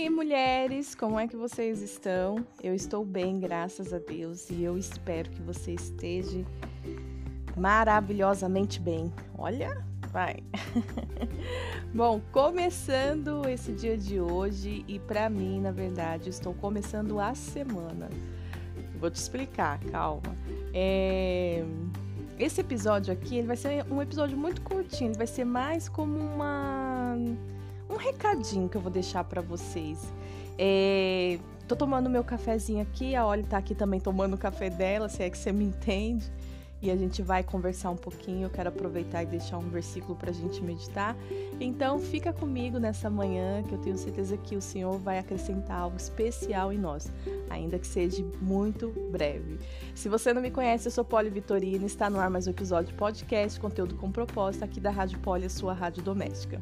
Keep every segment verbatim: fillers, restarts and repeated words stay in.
aí, mulheres, como é que vocês estão? Eu estou bem, graças a Deus, e eu espero que você esteja maravilhosamente bem. Olha, vai! Bom, começando esse dia de hoje, e para mim, na verdade, estou começando a semana. Vou te explicar, calma. É... Esse episódio aqui, ele vai ser um episódio muito curtinho, ele vai ser mais como uma... um recadinho que eu vou deixar para vocês. É... Tô tomando meu cafezinho aqui, a Oli tá aqui também tomando o café dela, se é que você me entende. E a gente vai conversar um pouquinho, eu quero aproveitar e deixar um versículo pra gente meditar. Então fica comigo nessa manhã, que eu tenho certeza que o Senhor vai acrescentar algo especial em nós, ainda que seja muito breve. Se você não me conhece, eu sou Poli Vitorina, está no ar mais um episódio de podcast, conteúdo com propósito, aqui da Rádio Poli, a sua rádio doméstica.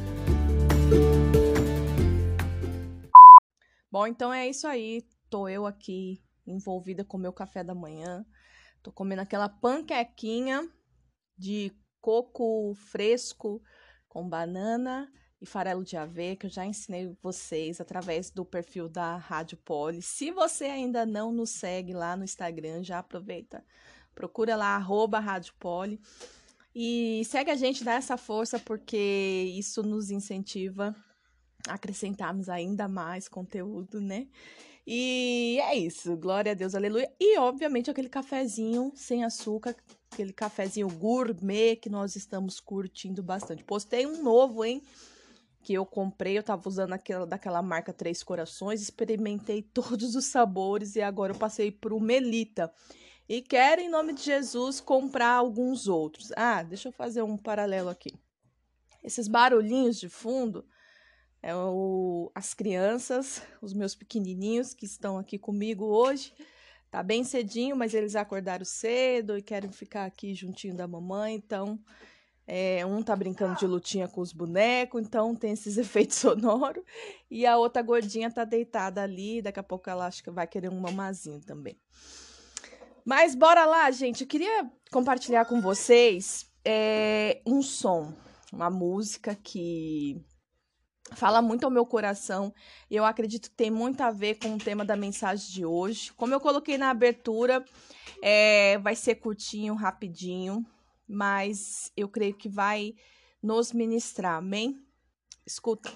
Bom, então é isso aí, tô eu aqui envolvida com o meu café da manhã. Tô comendo aquela panquequinha de coco fresco com banana e farelo de aveia que eu já ensinei vocês através do perfil da Rádio Poli. Se você ainda não nos segue lá no Instagram, já aproveita. Procura lá, arroba Rádio Poli. E segue a gente, dá essa força, porque isso nos incentiva a acrescentarmos ainda mais conteúdo, né? E é isso, glória a Deus, aleluia. E, obviamente, aquele cafezinho sem açúcar, aquele cafezinho gourmet que nós estamos curtindo bastante. Postei um novo, hein, que eu comprei, eu tava usando aquela, daquela marca Três Corações, experimentei todos os sabores e agora eu passei pro Melita. E quero, em nome de Jesus, comprar alguns outros. Ah, deixa eu fazer um paralelo aqui. Esses barulhinhos de fundo... É o, as crianças, os meus pequenininhos que estão aqui comigo hoje. Tá bem cedinho, mas eles acordaram cedo e querem ficar aqui juntinho da mamãe. Então, é, um tá brincando de lutinha com os bonecos, então tem esses efeitos sonoros. E a outra gordinha tá deitada ali, daqui a pouco ela acho que vai querer um mamazinho também. Mas bora lá, gente. Eu queria compartilhar com vocês é, um som, uma música que... fala muito ao meu coração e eu acredito que tem muito a ver com o tema da mensagem de hoje. Como eu coloquei na abertura, é, vai ser curtinho, rapidinho, mas eu creio que vai nos ministrar, amém? Escuta.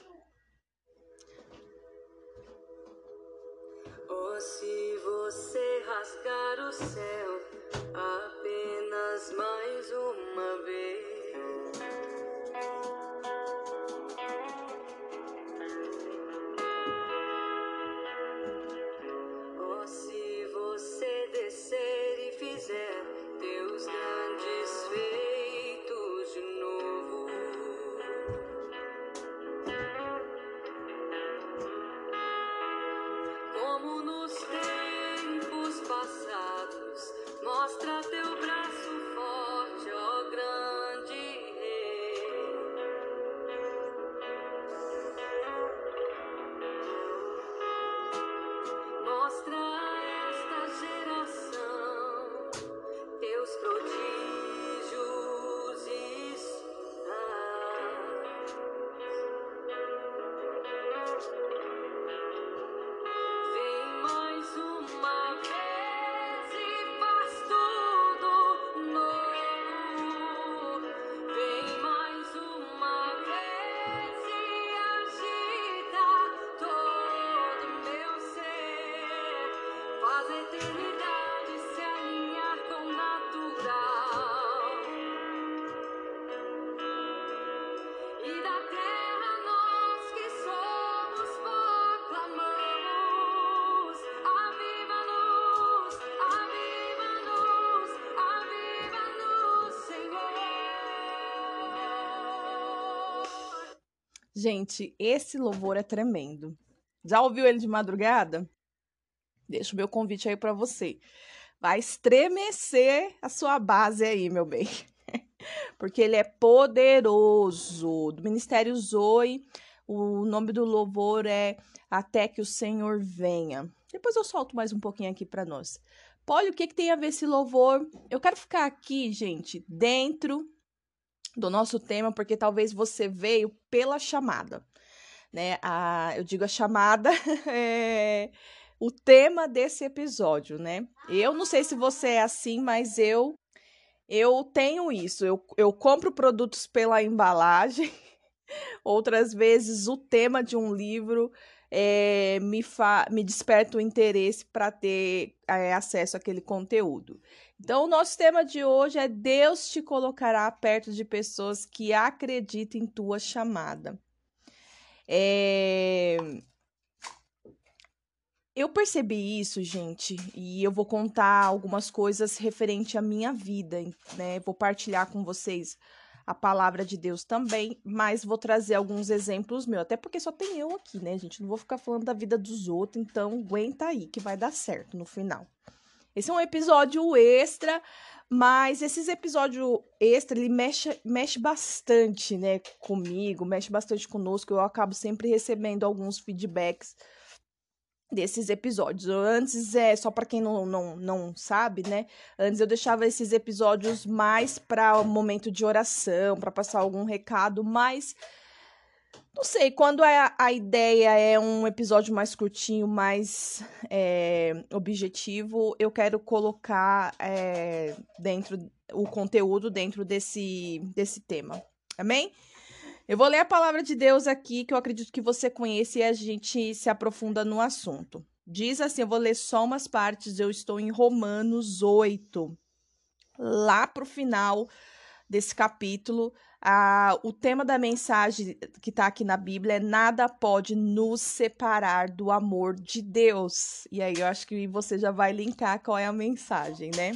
Oh, se você rasgar o céu apenas mais uma vez, teus grandes feitos de novo, como nos tempos passados, mostra teu braço forte, ó grande Rei. Mostra a esta geração teus prodígios e sinais. Vem mais uma vez e faz tudo novo. Vem mais uma vez e agita todo meu ser. Faz a eternidade se alinhar com o natural. E da terra nós que somos proclamamos: aviva-nos, aviva-nos, aviva-nos, Senhor. Gente, esse louvor é tremendo. Já ouviu ele de madrugada? Deixa o meu convite aí para você. Vai estremecer a sua base aí, meu bem. Porque ele é poderoso. Do Ministério Zoe, o nome do louvor é Até que o Senhor Venha. Depois eu solto mais um pouquinho aqui para nós. Poli, o que, que tem a ver esse louvor? Eu quero ficar aqui, gente, dentro do nosso tema, porque talvez você veio pela chamada. né? A, eu digo a chamada, é o tema desse episódio, né? Eu não sei se você é assim, mas eu eu tenho isso. Eu, eu compro produtos pela embalagem. Outras vezes, o tema de um livro é, me, fa me desperta o interesse para ter é, acesso àquele conteúdo. Então, o nosso tema de hoje é Deus te colocará perto de pessoas que acreditam em tua chamada. É... Eu percebi isso, gente, e eu vou contar algumas coisas referente à minha vida, né? Vou partilhar com vocês a palavra de Deus também, mas vou trazer alguns exemplos meus, até porque só tem eu aqui, né, gente? Não vou ficar falando da vida dos outros, então aguenta aí que vai dar certo no final. Esse é um episódio extra, mas esses episódios extra, ele mexe, mexe bastante, né, comigo, mexe bastante conosco, eu acabo sempre recebendo alguns feedbacks desses episódios. Antes, é só para quem não, não, não sabe, né? Antes eu deixava esses episódios mais para o momento de oração, para passar algum recado, mas não sei, quando a, a ideia é um episódio mais curtinho, mais é, objetivo, eu quero colocar é, dentro o conteúdo dentro desse, desse tema. Amém? Eu vou ler a palavra de Deus aqui, que eu acredito que você conhece e a gente se aprofunda no assunto. Diz assim, eu vou ler só umas partes, eu estou em Romanos oito. Lá pro final desse capítulo, a, o tema da mensagem que está aqui na Bíblia é nada pode nos separar do amor de Deus. E aí eu acho que você já vai linkar qual é a mensagem, né?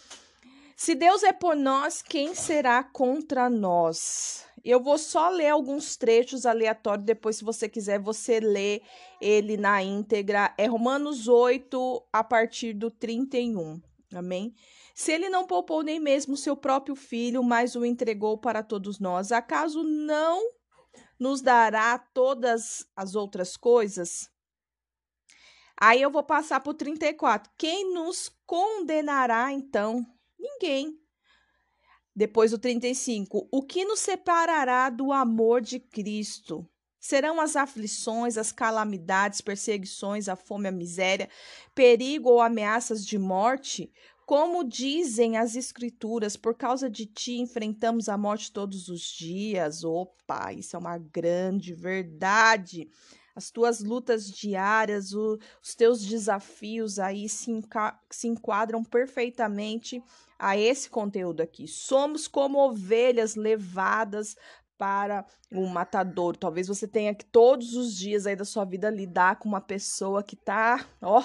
Se Deus é por nós, quem será contra nós? Eu vou só ler alguns trechos aleatórios, depois, se você quiser, você lê ele na íntegra. É Romanos oito, a partir do trinta e um. Amém? Se ele não poupou nem mesmo seu próprio filho, mas o entregou para todos nós, acaso não nos dará todas as outras coisas? Aí eu vou passar para o trinta e quatro. Quem nos condenará, então? Ninguém. Depois do trinta e cinco, o que nos separará do amor de Cristo? Serão as aflições, as calamidades, perseguições, a fome, a miséria, perigo ou ameaças de morte? Como dizem as Escrituras, por causa de ti enfrentamos a morte todos os dias. Opa, isso é uma grande verdade. As tuas lutas diárias, o, os teus desafios aí se, enca se enquadram perfeitamente a esse conteúdo aqui. Somos como ovelhas levadas para o matadouro. Talvez você tenha que todos os dias aí da sua vida lidar com uma pessoa que tá, ó,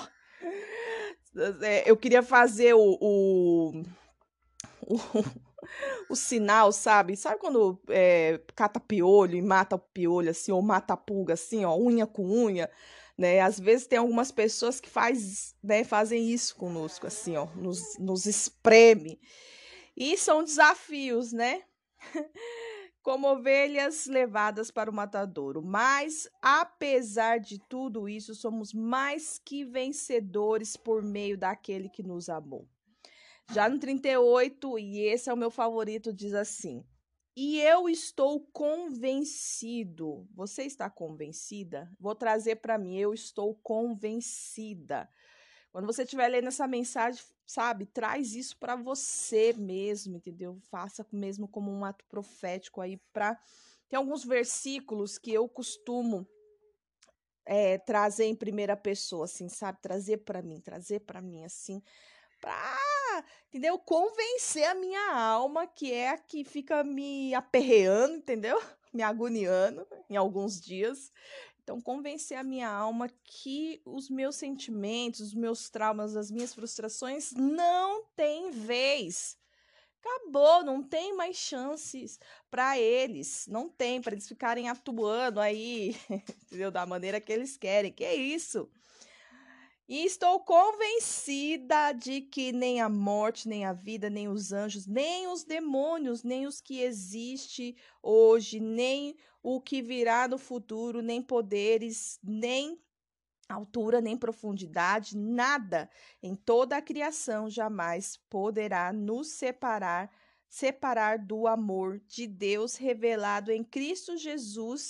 eu queria fazer o, o, o, o sinal, sabe? Sabe quando é, cata piolho e mata o piolho assim, ou mata a pulga assim, ó, unha com unha? Né? Às vezes tem algumas pessoas que faz, né, fazem isso conosco, assim, ó, nos, nos espreme. E são desafios, né? Como ovelhas levadas para o matadouro. Mas, apesar de tudo isso, somos mais que vencedores por meio daquele que nos amou. Já no trinta e oito, e esse é o meu favorito, diz assim: e eu estou convencido. Você está convencida? Vou trazer para mim, eu estou convencida. Quando você estiver lendo essa mensagem, sabe, traz isso para você mesmo, entendeu? Faça mesmo como um ato profético aí para tem alguns versículos que eu costumo é, trazer em primeira pessoa, assim, sabe? Trazer para mim, trazer para mim, assim, para, entendeu? Convencer a minha alma, que é a que fica me aperreando, entendeu? Me agoniando em alguns dias. Então, convencer a minha alma que os meus sentimentos, os meus traumas, as minhas frustrações não têm vez. Acabou, não tem mais chances para eles. Não tem, para eles ficarem atuando aí, entendeu? Da maneira que eles querem. Que é isso? E estou convencida de que nem a morte, nem a vida, nem os anjos, nem os demônios, nem os que existem hoje, nem o que virá no futuro, nem poderes, nem altura, nem profundidade, nada em toda a criação jamais poderá nos separar, separar do amor de Deus revelado em Cristo Jesus,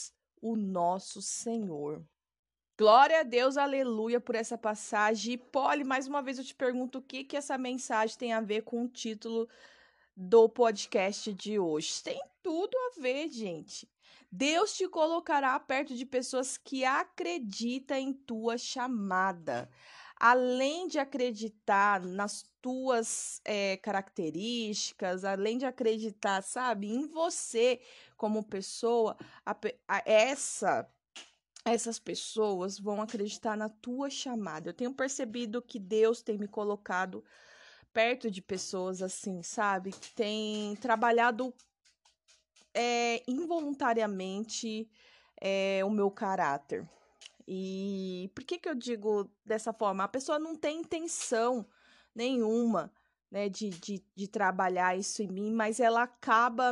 o nosso Senhor. Glória a Deus, aleluia, por essa passagem. E, Polly, mais uma vez eu te pergunto o que que essa mensagem tem a ver com o título do podcast de hoje. Tem tudo a ver, gente. Deus te colocará perto de pessoas que acreditam em tua chamada. Além de acreditar nas tuas eh, características, além de acreditar, sabe, em você como pessoa, a pe- a- essa essas pessoas vão acreditar na tua chamada. Eu tenho percebido que Deus tem me colocado perto de pessoas assim, sabe? Que tem trabalhado é, involuntariamente é, o meu caráter. E por que que eu digo dessa forma? A pessoa não tem intenção nenhuma, né, de, de, de trabalhar isso em mim, mas ela acaba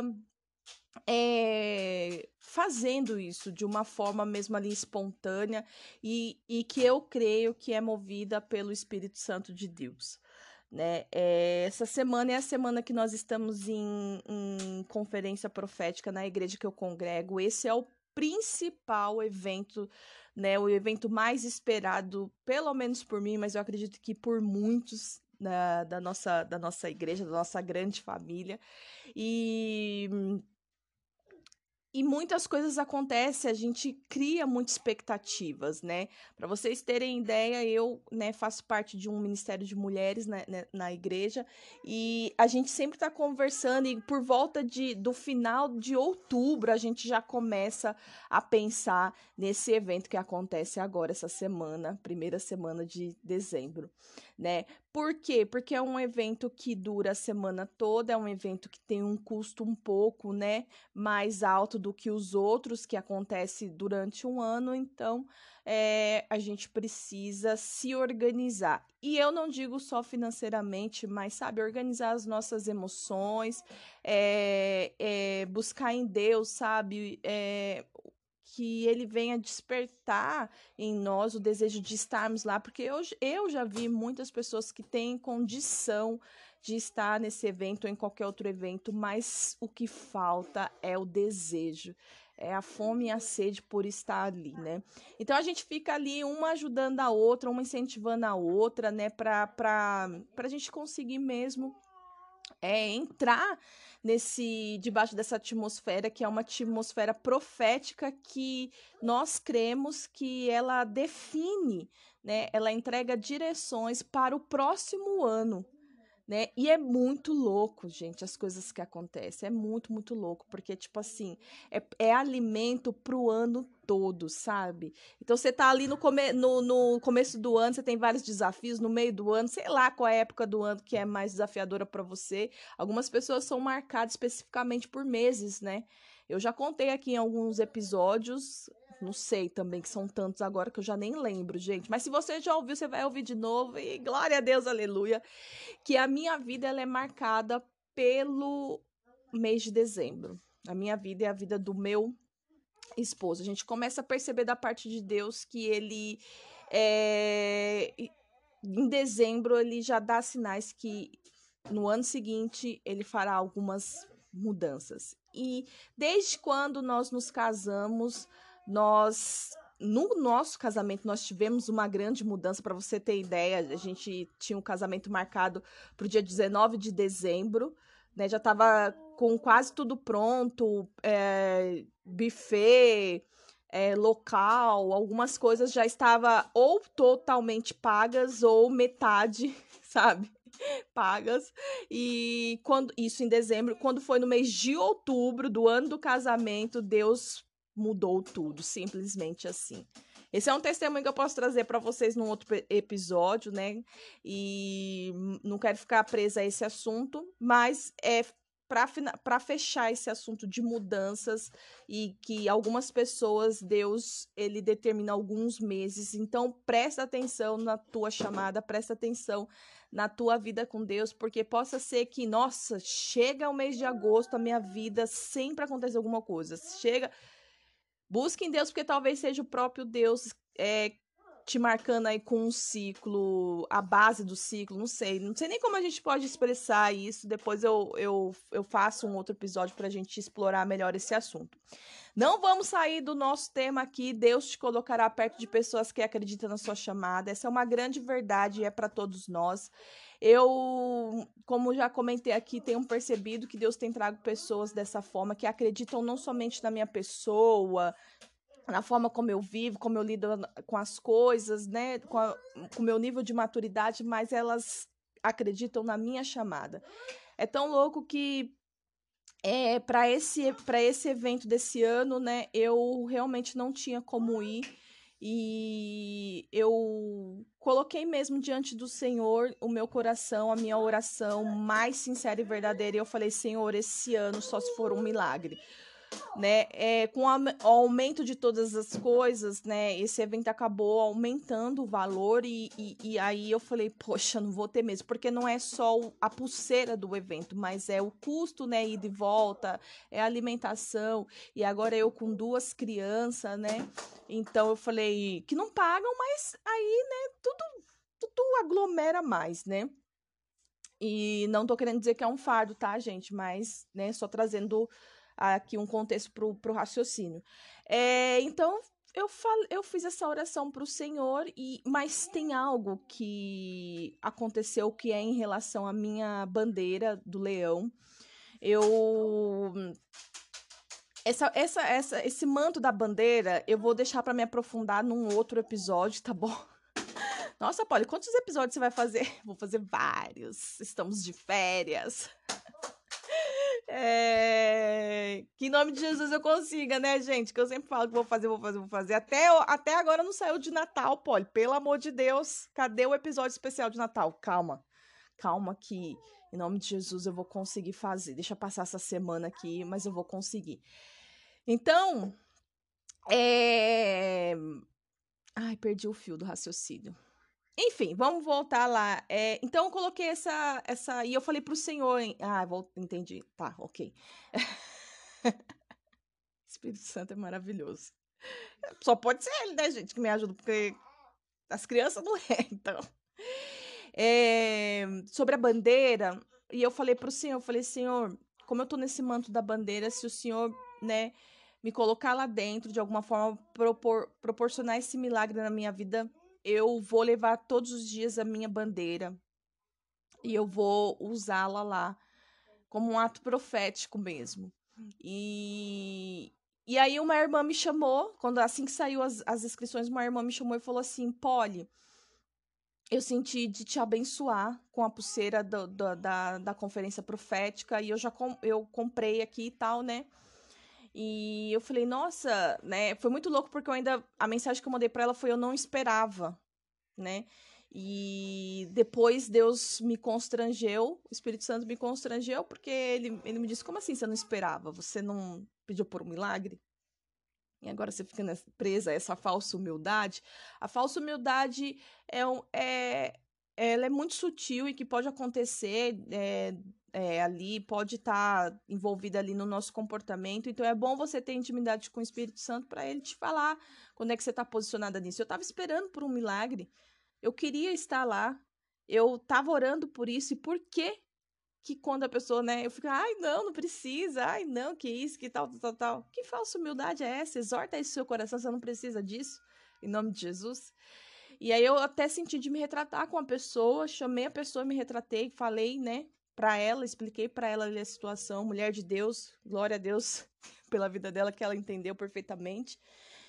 é, fazendo isso de uma forma mesmo ali espontânea e, e que eu creio que é movida pelo Espírito Santo de Deus. Né? É, essa semana é a semana que nós estamos em, em conferência profética na igreja que eu congrego. Esse é o principal evento, né? O evento mais esperado, pelo menos por mim, mas eu acredito que por muitos da, da, nossa, da nossa igreja, da nossa grande família. E e muitas coisas acontecem, a gente cria muitas expectativas, né? Para vocês terem ideia, eu, né, faço parte de um ministério de mulheres, né, né, na igreja e a gente sempre está conversando e por volta de, do final de outubro a gente já começa a pensar nesse evento que acontece agora, essa semana, primeira semana de dezembro, né? Por quê? Porque é um evento que dura a semana toda, é um evento que tem um custo um pouco, né, mais alto do que os outros que acontece durante um ano, então é, a gente precisa se organizar. E eu não digo só financeiramente, mas sabe, organizar as nossas emoções, é, é, buscar em Deus, sabe, é, que ele venha despertar em nós o desejo de estarmos lá, porque eu, eu já vi muitas pessoas que têm condição de estar nesse evento ou em qualquer outro evento, mas o que falta é o desejo, é a fome e a sede por estar ali, né? Então a gente fica ali uma ajudando a outra, uma incentivando a outra, né, para para para a gente conseguir mesmo é, entrar nesse debaixo dessa atmosfera que é uma atmosfera profética que nós cremos que ela define, né? Ela entrega direções para o próximo ano, né? E é muito louco, gente, as coisas que acontecem. É muito, muito louco, porque, tipo assim, é, é alimento pro ano todo, sabe? Então, você tá ali no, come no, no começo do ano, você tem vários desafios, no meio do ano, sei lá qual é a época do ano que é mais desafiadora para você. Algumas pessoas são marcadas especificamente por meses, né? Eu já contei aqui em alguns episódios, não sei também, que são tantos agora que eu já nem lembro, gente. Mas se você já ouviu, você vai ouvir de novo e glória a Deus, aleluia, que a minha vida ela é marcada pelo mês de dezembro. A minha vida é a vida do meu esposo. A gente começa a perceber da parte de Deus que ele é, em dezembro ele já dá sinais que no ano seguinte ele fará algumas mudanças. E desde quando nós nos casamos, nós no nosso casamento nós tivemos uma grande mudança. Para você ter ideia, a gente tinha um casamento marcado para o dia dezenove de dezembro, né? Já estava com quase tudo pronto, é, buffet, é, local, algumas coisas já estava ou totalmente pagas ou metade, sabe? Pagas. E quando isso em dezembro, quando foi no mês de outubro do ano do casamento, Deus mudou tudo, simplesmente assim. Esse é um testemunho que eu posso trazer para vocês num outro episódio, né? E não quero ficar presa a esse assunto, mas é para fechar esse assunto de mudanças e que algumas pessoas, Deus, ele determina alguns meses. Então, presta atenção na tua chamada, presta atenção na tua vida com Deus, porque possa ser que, nossa, chega o mês de agosto, a minha vida sempre acontece alguma coisa. Chega, busque em Deus, porque talvez seja o próprio Deus é, te marcando aí com um ciclo, a base do ciclo, não sei. Não sei nem como a gente pode expressar isso. Depois eu, eu, eu faço um outro episódio pra gente explorar melhor esse assunto. Não vamos sair do nosso tema aqui. Deus te colocará perto de pessoas que acreditam na sua chamada. Essa é uma grande verdade e é para todos nós. Eu, como já comentei aqui, tenho percebido que Deus tem trago pessoas dessa forma que acreditam não somente na minha pessoa, na forma como eu vivo, como eu lido com as coisas, né, com a- com o meu nível de maturidade, mas elas acreditam na minha chamada. É tão louco que é, para esse, para esse evento desse ano, né, eu realmente não tinha como ir e eu coloquei mesmo diante do Senhor o meu coração, a minha oração mais sincera e verdadeira. E eu falei, Senhor, esse ano só se for um milagre, né? É, com a- o aumento de todas as coisas, né? Esse evento acabou aumentando o valor e, e, e aí eu falei, poxa, não vou ter mesmo, porque não é só o- a pulseira do evento, mas é o custo, né? Ida e volta, é a alimentação, e agora eu com duas crianças, né? Então eu falei que não pagam, mas aí, né? Tudo, tudo aglomera mais, né? E não tô querendo dizer que é um fardo, tá, gente? Mas, né, só trazendo aqui um contexto pro, pro raciocínio. É, então, eu, fal, eu fiz essa oração pro Senhor, e, mas tem algo que aconteceu que é em relação à minha bandeira do leão. Eu. Essa, essa, essa, esse manto da bandeira, eu vou deixar para me aprofundar num outro episódio, tá bom? Nossa, Polly, quantos episódios você vai fazer? Vou fazer vários. Estamos de férias. É... Que em nome de Jesus eu consiga, né, gente? Que eu sempre falo que vou fazer, vou fazer, vou fazer. Até, até agora não saiu de Natal, Polly. Pelo amor de Deus. Cadê o episódio especial de Natal? Calma. Calma que em nome de Jesus eu vou conseguir fazer. Deixa passar essa semana aqui, mas eu vou conseguir. Então, é... Ai, perdi o fio do raciocínio. Enfim, vamos voltar lá. É, então eu coloquei essa, essa. E eu falei pro senhor. Hein? Ah, vou, entendi. Tá, ok. Espírito Santo é maravilhoso. Só pode ser ele, né, gente, que me ajuda, porque as crianças não é, então. É, sobre a bandeira, e eu falei pro senhor, eu falei, senhor, como eu tô nesse manto da bandeira, se o senhor, né, me colocar lá dentro, de alguma forma, propor, proporcionar esse milagre na minha vida, eu vou levar todos os dias a minha bandeira e eu vou usá-la lá como um ato profético mesmo. E, e aí uma irmã me chamou, quando assim que saiu as, as inscrições, uma irmã me chamou e falou assim, Polly, eu senti de te abençoar com a pulseira do, do, da, da conferência profética e eu já com, eu comprei aqui e tal, né? E eu falei, nossa, né? Foi muito louco porque eu ainda a mensagem que eu mandei para ela foi eu não esperava, né? E depois Deus me constrangeu, o Espírito Santo me constrangeu porque ele, ele me disse, como assim você não esperava? Você não pediu por um milagre? E agora você fica nessa, presa a essa falsa humildade. A falsa humildade é, um- é, ela é muito sutil e que pode acontecer é, é, ali, pode estar envolvida ali no nosso comportamento. Então é bom você ter intimidade com o Espírito Santo para ele te falar quando é que você está posicionada nisso. Eu estava esperando por um milagre, eu queria estar lá, eu estava orando por isso. E por que que quando a pessoa, né, eu fico, ai, não, não precisa, ai, não, que isso, que tal, tal, tal, tal. Que falsa humildade é essa? Exorta esse seu coração, você não precisa disso, em nome de Jesus. E aí eu até senti de me retratar com a pessoa, chamei a pessoa, me retratei, falei, né, pra ela, expliquei pra ela ali a situação, mulher de Deus, glória a Deus pela vida dela, que ela entendeu perfeitamente.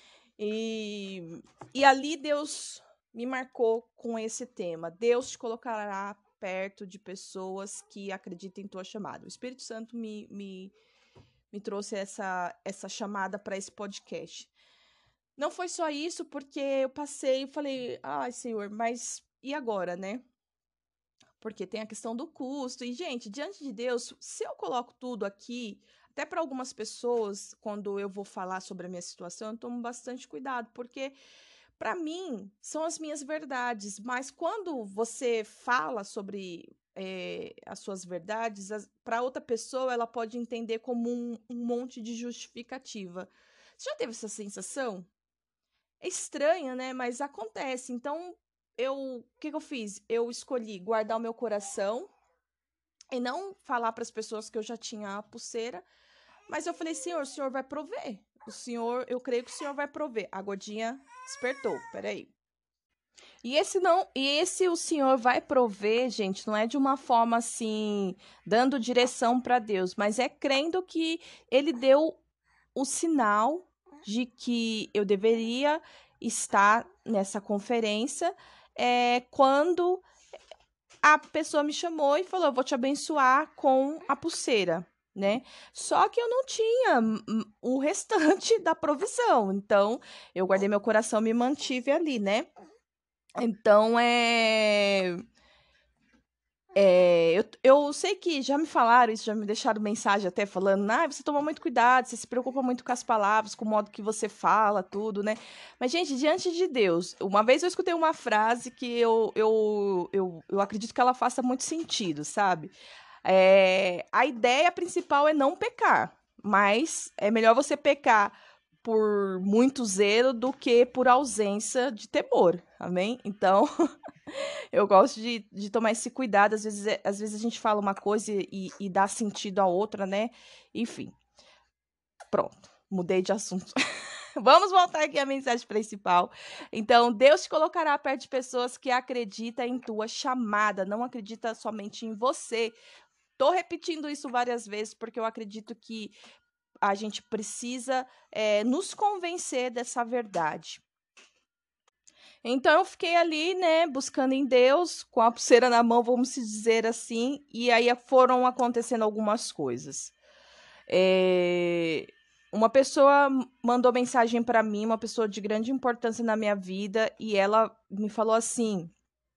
E, e ali Deus me marcou com esse tema. Deus te colocará perto de pessoas que acreditam em tua chamada. O Espírito Santo me, me, me trouxe essa, essa chamada para esse podcast. Não foi só isso, porque eu passei e falei, ai, Senhor, mas e agora, né? Porque tem a questão do custo. E, gente, diante de Deus, se eu coloco tudo aqui, até para algumas pessoas, quando eu vou falar sobre a minha situação, eu tomo bastante cuidado, porque para mim são as minhas verdades, mas quando você fala sobre é, as suas verdades, para outra pessoa ela pode entender como um, um monte de justificativa. Você já teve essa sensação? É estranho, né? Mas acontece. Então, eu, o que, que eu fiz? Eu escolhi guardar o meu coração e não falar para as pessoas que eu já tinha a pulseira, mas eu falei, Senhor, o Senhor vai prover. O Senhor, eu creio que o Senhor vai prover. A gordinha despertou. Peraí. E esse não, e esse o Senhor vai prover, gente, não é de uma forma assim, dando direção para Deus, mas é crendo que ele deu o sinal de que eu deveria estar nessa conferência, é, quando a pessoa me chamou e falou: eu vou te abençoar com a pulseira, né? Só que eu não tinha hum, o restante da provisão. Então, eu guardei meu coração, me mantive ali, né? Então, é. É, eu, eu sei que já me falaram isso, já me deixaram mensagem até falando, ah, você toma muito cuidado, você se preocupa muito com as palavras, com o modo que você fala, tudo, né? Mas, gente, diante de Deus, uma vez eu escutei uma frase que eu, eu, eu, eu acredito que ela faça muito sentido, sabe? É, a ideia principal é não pecar, mas é melhor você pecar por muito zelo do que por ausência de temor, amém? Então, eu gosto de, de tomar esse cuidado. Às vezes, é- às vezes a gente fala uma coisa e, e dá sentido a outra, né? Enfim, pronto. Mudei de assunto. Vamos voltar aqui à mensagem principal. Então, Deus te colocará perto de pessoas que acreditam em tua chamada, não acredita somente em você. Tô repetindo isso várias vezes porque eu acredito que a gente precisa é, nos convencer dessa verdade. Então eu fiquei ali, né, buscando em Deus, com a pulseira na mão, vamos se dizer assim, e aí foram acontecendo algumas coisas. É, Uma pessoa mandou mensagem para mim, uma pessoa de grande importância na minha vida, e ela me falou assim: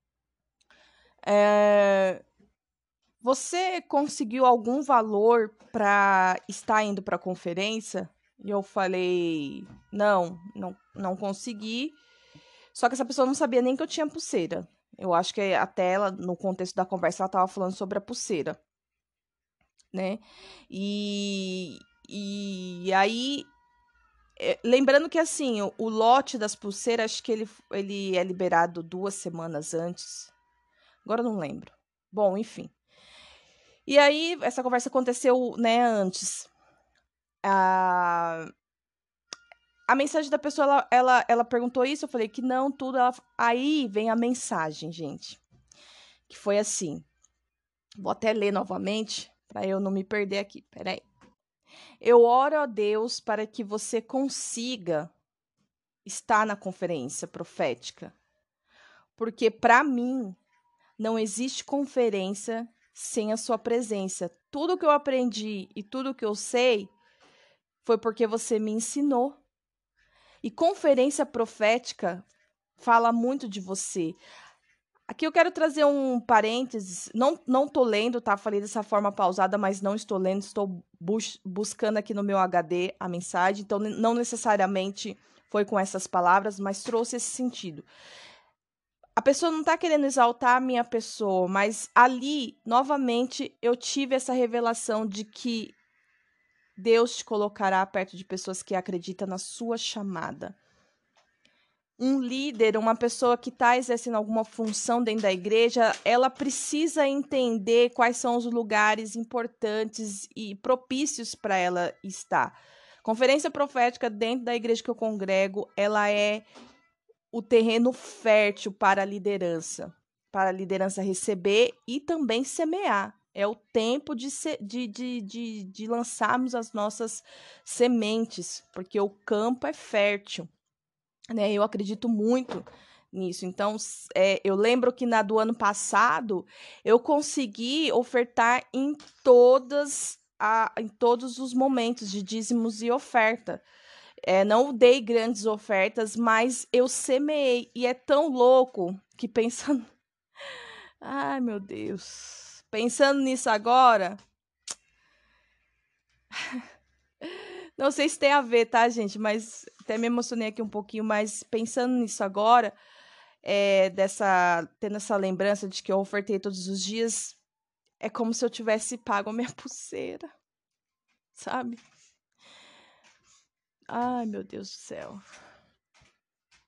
é, você conseguiu algum valor para estar indo para a conferência? E eu falei: não, não, não consegui. Só que essa pessoa não sabia nem que eu tinha pulseira. Eu acho que até ela, no contexto da conversa, ela estava falando sobre a pulseira, né? E, e aí, é, lembrando que assim, o, o lote das pulseiras, acho que ele, ele é liberado duas semanas antes. Agora eu não lembro. Bom, enfim. E aí, essa conversa aconteceu, né, antes. A, a mensagem da pessoa, ela, ela, ela perguntou isso, eu falei que não, tudo. Ela, aí vem a mensagem, gente. Que foi assim. Vou até ler novamente para eu não me perder aqui. Peraí. Eu oro a Deus para que você consiga estar na conferência profética, porque para mim não existe conferência sem a sua presença. Tudo que eu aprendi e tudo que eu sei foi porque você me ensinou. E conferência profética fala muito de você. Aqui eu quero trazer um parênteses. Não, não tô lendo, tá? Falei dessa forma pausada, mas não estou lendo. Estou bus buscando aqui no meu H D a mensagem. Então, não necessariamente foi com essas palavras, mas trouxe esse sentido. A pessoa não está querendo exaltar a minha pessoa, mas ali, novamente, eu tive essa revelação de que Deus te colocará perto de pessoas que acreditam na sua chamada. Um líder, uma pessoa que está exercendo alguma função dentro da igreja, ela precisa entender quais são os lugares importantes e propícios para ela estar. Conferência profética dentro da igreja que eu congrego, ela é o terreno fértil para a liderança, para a liderança receber e também semear. É o tempo de, se, de, de, de, de lançarmos as nossas sementes, porque o campo é fértil. Né, eu acredito muito nisso. Então, é, eu lembro que na do ano passado eu consegui ofertar em todas a, em todos os momentos de dízimos e oferta. É, não dei grandes ofertas, mas eu semeei. E é tão louco que pensando. Ai, meu Deus. Pensando nisso agora. Não sei se tem a ver, tá, gente? Mas até me emocionei aqui um pouquinho, mas pensando nisso agora. É, dessa, tendo essa lembrança de que eu ofertei todos os dias, é como se eu tivesse pago a minha pulseira, sabe? Ai, meu Deus do céu.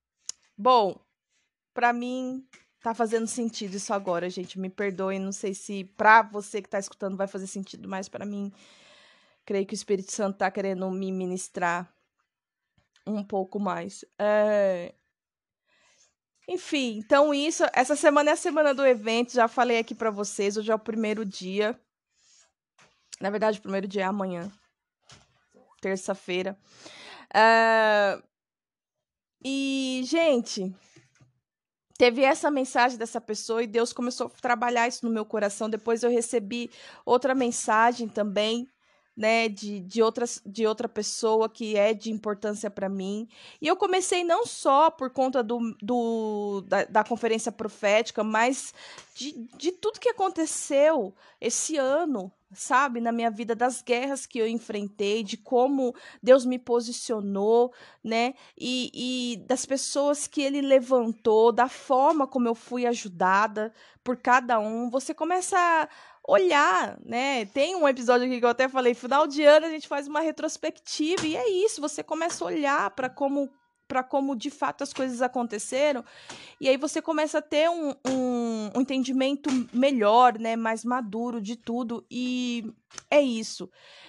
Bom, pra mim tá fazendo sentido isso agora, gente. Me perdoem, não sei se pra você que tá escutando vai fazer sentido, mas pra mim, creio que o Espírito Santo tá querendo me ministrar um pouco mais. É... Enfim, então isso, essa semana é a semana do evento, já falei aqui pra vocês, hoje é o primeiro dia. Na verdade, o primeiro dia é amanhã, terça-feira. É... E, gente, teve essa mensagem dessa pessoa e Deus começou a trabalhar isso no meu coração. Depois eu recebi outra mensagem também, né, de, de, outras, de outra pessoa que é de importância para mim. E eu comecei não só por conta do, do, da, da conferência profética, mas de, de tudo que aconteceu esse ano, sabe, na minha vida, das guerras que eu enfrentei, de como Deus me posicionou, né, e, e das pessoas que Ele levantou, da forma como eu fui ajudada por cada um. Você começa a olhar, né? Tem um episódio aqui que eu até falei, final de ano a gente faz uma retrospectiva e é isso, você começa a olhar para como para como de fato as coisas aconteceram e aí você começa a ter um, um, um entendimento melhor, né, mais maduro de tudo e é isso.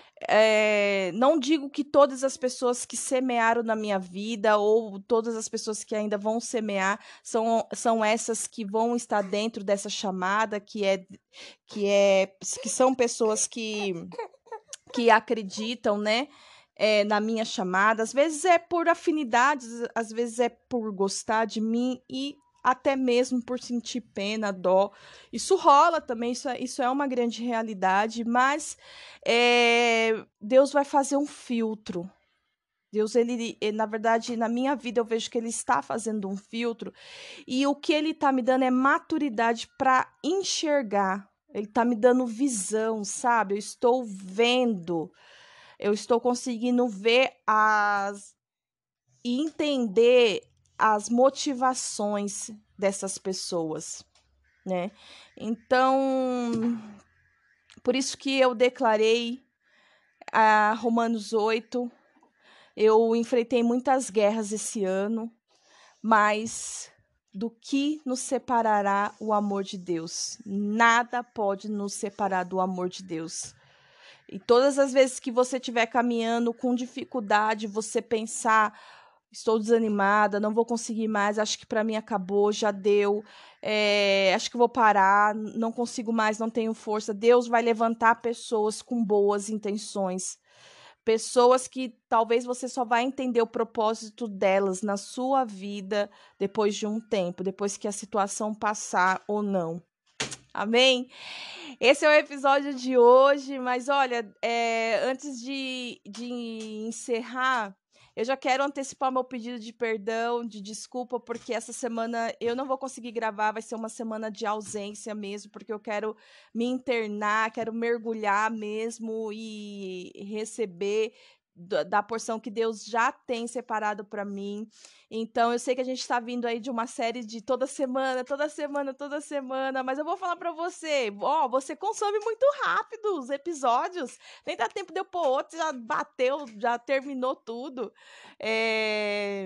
É, não digo que todas as pessoas que semearam na minha vida ou todas as pessoas que ainda vão semear são, são essas que vão estar dentro dessa chamada, que é que é que são pessoas que, que acreditam, né? É, na minha chamada, às vezes é por afinidades, às vezes é por gostar de mim e até mesmo por sentir pena, dó. Isso rola também, isso é, isso é uma grande realidade, mas é, Deus vai fazer um filtro. Deus, ele, ele, na verdade, na minha vida eu vejo que ele está fazendo um filtro e o que ele está me dando é maturidade para enxergar. Ele está me dando visão, sabe? Eu estou vendo, eu estou conseguindo ver as e entender as motivações dessas pessoas, né? Então, por isso que eu declarei a Romanos oito. Eu enfrentei muitas guerras esse ano, mas do que nos separará o amor de Deus? Nada pode nos separar do amor de Deus. E todas as vezes que você estiver caminhando com dificuldade, você pensar, estou desanimada, não vou conseguir mais, acho que para mim acabou, já deu, é, acho que vou parar, não consigo mais, não tenho força. Deus vai levantar pessoas com boas intenções. Pessoas que talvez você só vai entender o propósito delas na sua vida depois de um tempo, depois que a situação passar ou não. Amém? Esse é o episódio de hoje, mas olha, é, antes de, de encerrar, eu já quero antecipar meu pedido de perdão, de desculpa, porque essa semana eu não vou conseguir gravar, vai ser uma semana de ausência mesmo, porque eu quero me internar, quero mergulhar mesmo e receber da, da porção que Deus já tem separado para mim. Então, eu sei que a gente está vindo aí de uma série de toda semana, toda semana, toda semana, mas eu vou falar para você, ó, você consome muito rápido os episódios, nem dá tempo de eu pôr outro, já bateu, já terminou tudo. É...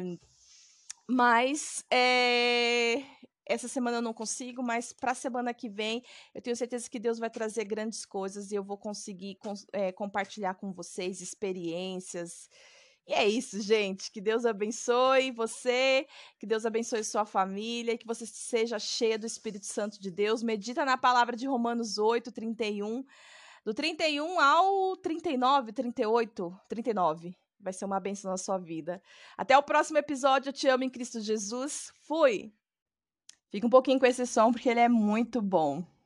Mas é... essa semana eu não consigo, mas para a semana que vem eu tenho certeza que Deus vai trazer grandes coisas e eu vou conseguir com, é, compartilhar com vocês experiências. E é isso, gente. Que Deus abençoe você, que Deus abençoe sua família, que você seja cheia do Espírito Santo de Deus. Medita na palavra de Romanos oito, trinta e um. Do trinta e um ao trinta e nove, trinta e oito, trinta e nove. Vai ser uma bênção na sua vida. Até o próximo episódio. Eu te amo em Cristo Jesus. Fui! Fica um pouquinho com esse som, porque ele é muito bom.